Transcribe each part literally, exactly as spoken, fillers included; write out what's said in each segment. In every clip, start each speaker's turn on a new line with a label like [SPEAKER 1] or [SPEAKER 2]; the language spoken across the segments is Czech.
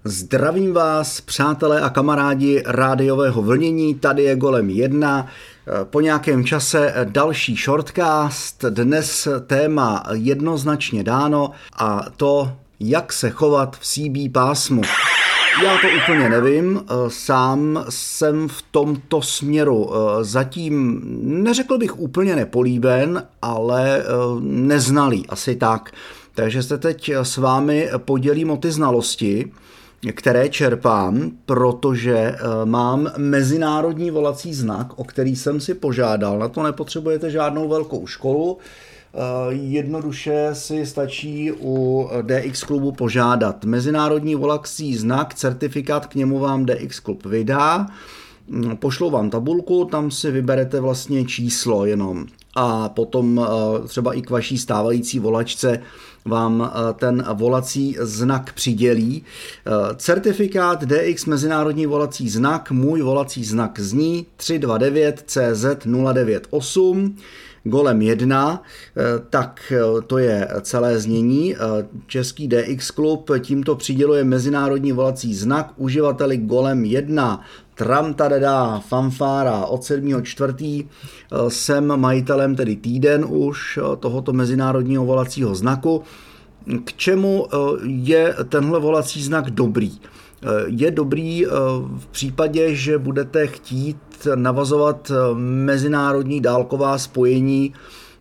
[SPEAKER 1] Zdravím vás, přátelé a kamarádi rádiového vlnění, tady je Golem jedna. Po nějakém čase další shortcast, dnes téma jednoznačně dáno a to, jak se chovat v C B pásmu. Já to úplně nevím, sám jsem v tomto směru zatím, neřekl bych úplně nepolíben, ale neznalý, asi tak. Takže se teď s vámi podělím o ty znalosti, které čerpám, protože mám mezinárodní volací znak, o který jsem si požádal. Na to nepotřebujete žádnou velkou školu, jednoduše si stačí u D X klubu požádat. Mezinárodní volací znak, certifikát k němu vám D X klub vydá, pošlou vám tabulku, tam si vyberete vlastně číslo jenom a potom třeba i k vaší stávající volačce vám ten volací znak přidělí. Certifikát D X mezinárodní volací znak, můj volací znak zní tři dva devět C Z nula devět osm, Golem jedna, tak to je celé znění. Český D X klub tímto přiděluje mezinárodní volací znak uživateli Golem jedna. Tram tadadá, fanfára, od sedmého čtvrtého jsem majitelem, tedy týden už tohoto mezinárodního volacího znaku. K čemu je tenhle volací znak dobrý? Je dobrý v případě, že budete chtít navazovat mezinárodní dálková spojení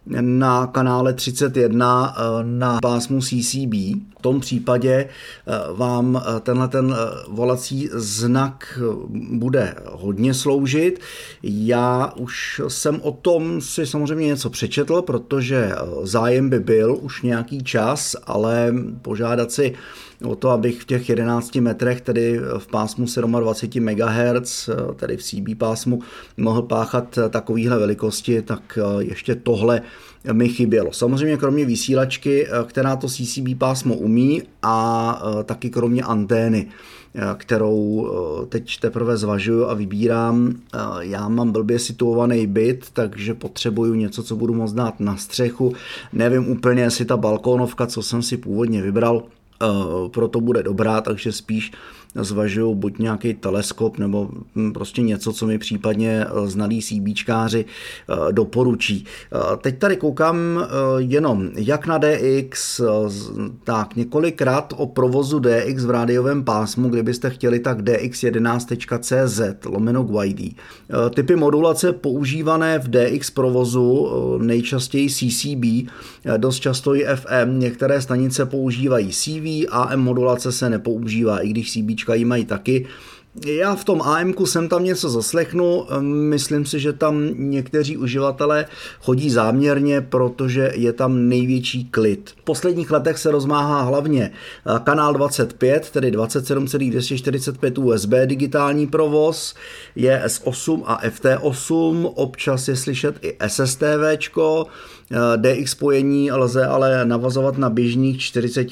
[SPEAKER 1] na kanále třicet jedna na pásmu C C B. V tom případě vám tenhle ten volací znak bude hodně sloužit. Já už jsem o tom si samozřejmě něco přečetl, protože zájem by byl už nějaký čas, ale požádat si o to, abych v těch jedenácti metrech, tedy v pásmu dvacet sedm megahertzů, tedy v C B pásmu, mohl páchat takovýhle velikosti, tak ještě tohle mi chybělo. Samozřejmě kromě vysílačky, která to C C B pásmo umí, a taky kromě antény, kterou teď teprve zvažuju a vybírám. Já mám blbě situovaný byt, takže potřebuju něco, co budu moct dát na střechu. Nevím úplně, jestli ta balkónovka, co jsem si původně vybral, proto bude dobrá, takže spíš zvažuju buď nějaký teleskop nebo prostě něco, co mi případně znalí CBčkáři doporučí. Teď tady koukám jenom jak na D X, tak několikrát o provozu D X v rádiovém pásmu, kdybyste chtěli, tak D X jedenáct tečka C Z lomeno G Y D. Typy modulace používané v D X provozu, nejčastěji C C B, dost často i F M, některé stanice používají C V, A M modulace se nepoužívá, i když CBčka ji mají taky. Já v tom A M ku jsem tam něco zaslechnu, myslím si, že tam někteří uživatelé chodí záměrně, protože je tam největší klid. V posledních letech se rozmáhá hlavně kanál dvacet pět, tedy dvacet sedm celá dvě stě čtyřicet pět U S B digitální provoz, J S osm a F T osm, občas je slyšet i S S T Včko, D X spojení lze ale navazovat na běžných čtyřicet,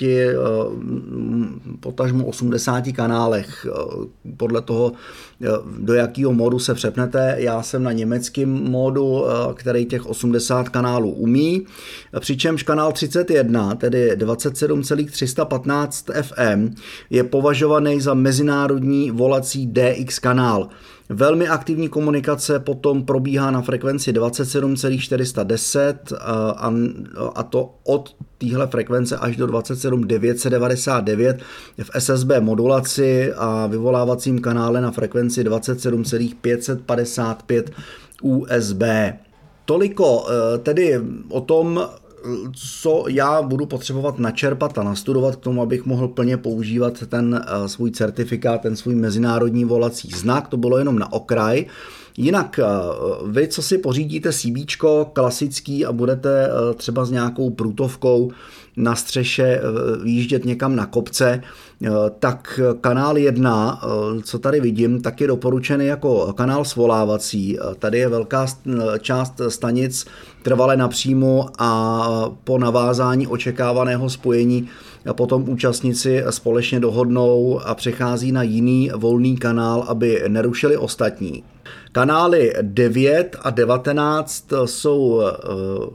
[SPEAKER 1] potažmo osmdesáti kanálech, podle toho, do jakého módu se přepnete. Já jsem na německém módu, který těch osmdesát kanálů umí, přičemž kanál třicet jedna, tedy dvacet sedm celá tři sta patnáct F M, je považovaný za mezinárodní volací D X kanál. Velmi aktivní komunikace potom probíhá na frekvenci dvacet sedm celá čtyři sta deset a, a to od téhle frekvence až do dvacet sedm celá devět set devadesát devět v S S B modulaci a vyvolávacím kanále na frekvenci dvacet sedm celá pět set padesát pět U S B. Toliko tedy o tom, co já budu potřebovat načerpat a nastudovat k tomu, abych mohl plně používat ten svůj certifikát, ten svůj mezinárodní volací znak. To bylo jenom na okraj. Jinak vy, co si pořídíte CBčko klasický a budete třeba s nějakou průtovkou na střeše výjíždět někam na kopce, tak kanál jedna, co tady vidím, tak je doporučený jako kanál svolávací. Tady je velká část stanic trvale napřímo a po navázání očekávaného spojení potom účastníci společně dohodnou a přechází na jiný volný kanál, aby nerušili ostatní. Kanály devět a devatenáct jsou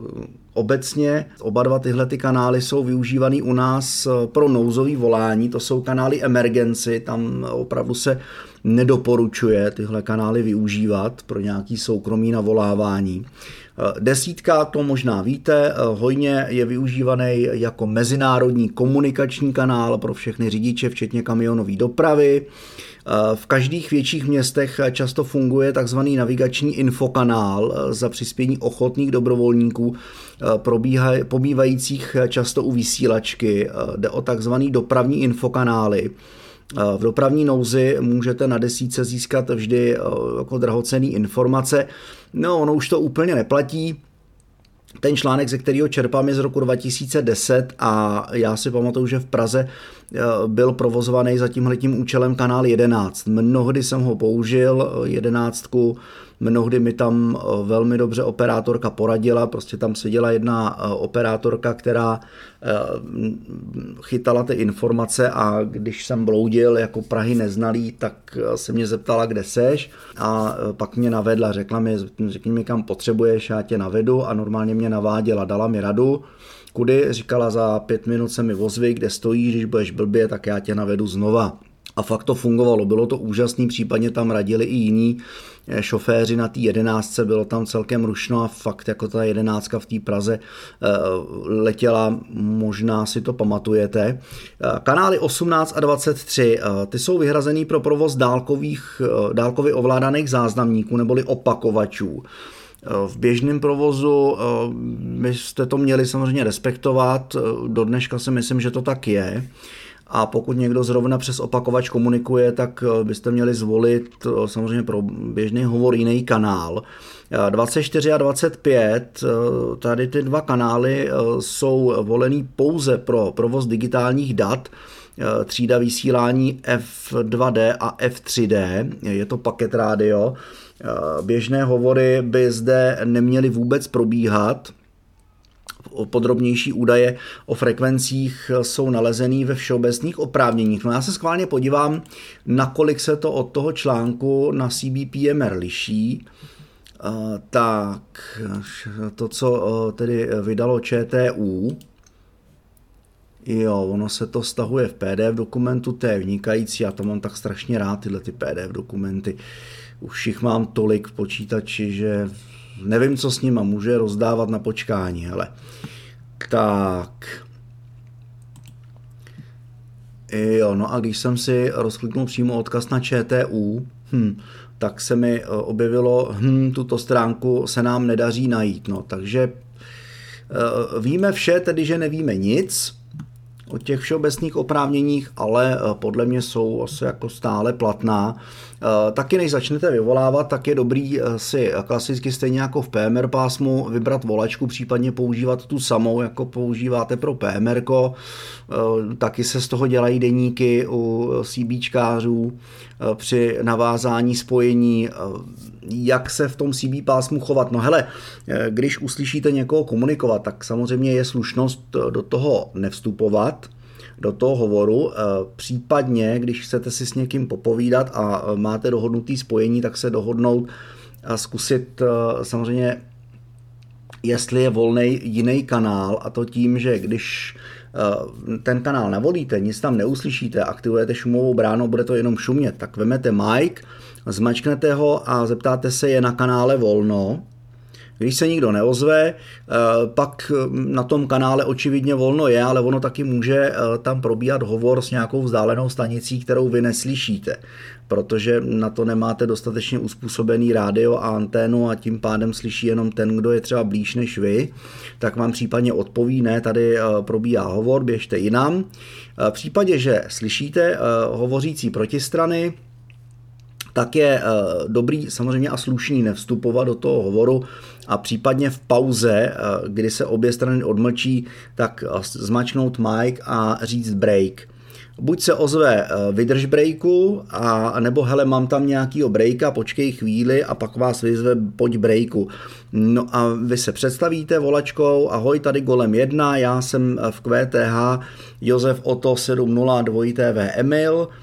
[SPEAKER 1] Obecně oba dva tyhle ty kanály jsou využívaný u nás pro nouzový volání, to jsou kanály emergency, tam opravdu se nedoporučuje tyhle kanály využívat pro nějaký soukromý navolávání. Desítka, to možná víte, hojně je využívaný jako mezinárodní komunikační kanál pro všechny řidiče, včetně kamionové dopravy. V každých větších městech často funguje takzvaný navigační infokanál za přispění ochotných dobrovolníků probíhaj, pobývajících často u vysílačky. Jde o takzvaný dopravní infokanály. V dopravní nouzi můžete na desítce získat vždy jako drahocenný informace. No, ono už to úplně neplatí. Ten článek, ze kterého čerpám, je z roku dva tisíce deset a já si pamatuju, že v Praze byl provozovaný za tímhletím účelem kanál jedenáct. Mnohdy jsem ho použil, jedenáctku, mnohdy mi tam velmi dobře operátorka poradila, prostě tam seděla jedna operátorka, která chytala ty informace a když jsem bloudil jako Prahy neznalý, tak se mě zeptala, kde seš a pak mě navedla, řekla mi, řekni mi, kam potřebuješ, já tě navedu a normálně mě naváděla, dala mi radu, kudy, říkala, za pět minut se mi ozvi, kde stojíš, když budeš blbě, tak já tě navedu znova. A fakt to fungovalo, bylo to úžasný, případně tam radili i jiní šoféři na té jedenáctce, bylo tam celkem rušno a fakt jako ta jedenáctka v té Praze letěla, možná si to pamatujete. Kanály osmnáct a dvacet tři, ty jsou vyhrazený pro provoz dálkových, dálkově ovládaných záznamníků neboli opakovačů. V běžném provozu byste to měli samozřejmě respektovat, do dneška si myslím, že to tak je. A pokud někdo zrovna přes opakovač komunikuje, tak byste měli zvolit samozřejmě pro běžný hovor jiný kanál. dvacet čtyři a dvacet pět, tady ty dva kanály jsou volený pouze pro provoz digitálních dat, třída vysílání F dva D a F tři D, je to paket rádio. Běžné hovory by zde neměly vůbec probíhat. Podrobnější údaje o frekvencích jsou nalezený ve všeobecných oprávněních. No já se schválně podívám, nakolik se to od toho článku na C B P M R liší. Tak, to, co tedy vydalo Č T U, jo, ono se to stahuje v P D F dokumentu, to je vynikající, já to mám tak strašně rád, tyhle ty P D F dokumenty. Už jich mám tolik v počítači, že nevím, co s nima, může rozdávat na počkání, hele. Tak. Jo, no a když jsem si rozkliknul přímo odkaz na Č T U, hm, tak se mi objevilo, hm, tuto stránku se nám nedaří najít, no, takže víme vše, tedy že nevíme nic o těch všeobecných oprávněních, ale podle mě jsou asi jako stále platná. Taky než začnete vyvolávat, tak je dobrý si klasicky stejně jako v P M R pásmu vybrat volačku, případně používat tu samou, jako používáte pro P M R ko. Taky se z toho dělají deníky u CBčkářů při navázání spojení, jak se v tom C B pásmu chovat. No hele, když uslyšíte někoho komunikovat, tak samozřejmě je slušnost do toho nevstupovat, do toho hovoru, případně, když chcete si s někým popovídat a máte dohodnutý spojení, tak se dohodnout a zkusit samozřejmě, jestli je volný jiný kanál, a to tím, že když ten kanál navolíte, nic tam neuslyšíte, aktivujete šumovou bránu, bude to jenom šumět, tak vemete mic, zmačknete ho a zeptáte se, je na kanále volno. Když se nikdo neozve, pak na tom kanále očividně volno je, ale ono taky může tam probíhat hovor s nějakou vzdálenou stanicí, kterou vy neslyšíte, protože na to nemáte dostatečně uspůsobený rádio a anténu a tím pádem slyší jenom ten, kdo je třeba blíž než vy, tak vám případně odpoví, ne, tady probíhá hovor, běžte jinam. V případě, že slyšíte hovořící protistrany, tak je dobrý samozřejmě a slušný nevstupovat do toho hovoru a případně v pauze, kdy se obě strany odmlčí, tak zmačknout mic a říct break. Buď se ozve vydrž breaku, a nebo hele, mám tam nějakýho breaka, počkej chvíli a pak vás vyzve pojď breaku. No a vy se představíte volačkou, ahoj, tady Golem jedna, já jsem v Q T H Josef Otto sedm nula dva T V Emil.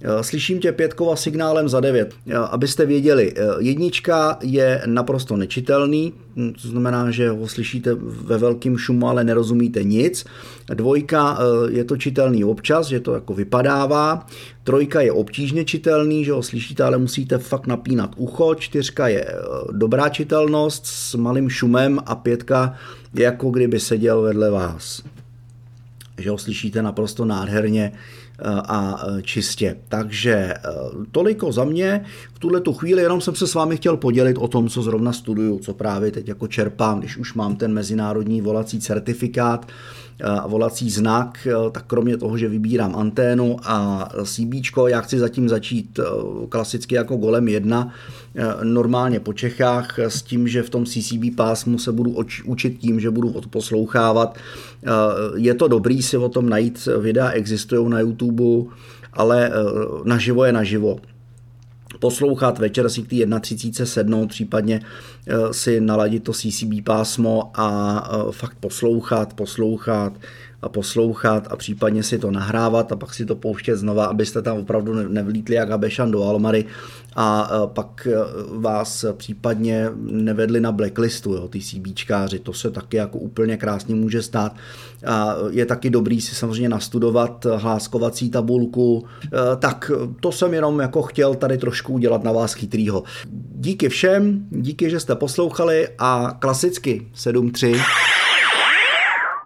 [SPEAKER 1] Slyším tě pětkova signálem za devět. Abyste věděli, jednička je naprosto nečitelný, to znamená, že ho slyšíte ve velkém šumu, ale nerozumíte nic. Dvojka je to čitelný občas, že to jako vypadává. Trojka je obtížně čitelný, že ho slyšíte, ale musíte fakt napínat ucho. Čtyřka je dobrá čitelnost s malým šumem a pětka je jako kdyby seděl vedle vás. Že ho slyšíte naprosto nádherně a čistě. Takže toliko za mě. V tuhletu chvíli jenom jsem se s vámi chtěl podělit o tom, co zrovna studuju, co právě teď jako čerpám, když už mám ten mezinárodní volací certifikát a volací znak, tak kromě toho, že vybírám anténu a CBčko, já chci zatím začít klasicky jako Golem jedna, normálně po Čechách, s tím, že v tom C C B pásmu se budu učit tím, že budu odposlouchávat. Je to dobrý si o tom najít, videa existují na YouTube, ale naživo je naživo. Poslouchat, večer si k té třicet jedna sednout, případně si naladit to C C B pásmo a fakt poslouchat, poslouchat a poslouchat a případně si to nahrávat a pak si to pouštět znova, abyste tam opravdu nevlítli jak Habešan do Almary a pak vás případně nevedli na blacklistu, jo, ty CBčkáři, to se taky jako úplně krásně může stát a je taky dobrý si samozřejmě nastudovat hláskovací tabulku, tak to jsem jenom jako chtěl tady trošku udělat na vás chytrýho. Díky všem, díky, že jste poslouchali a klasicky sedm tři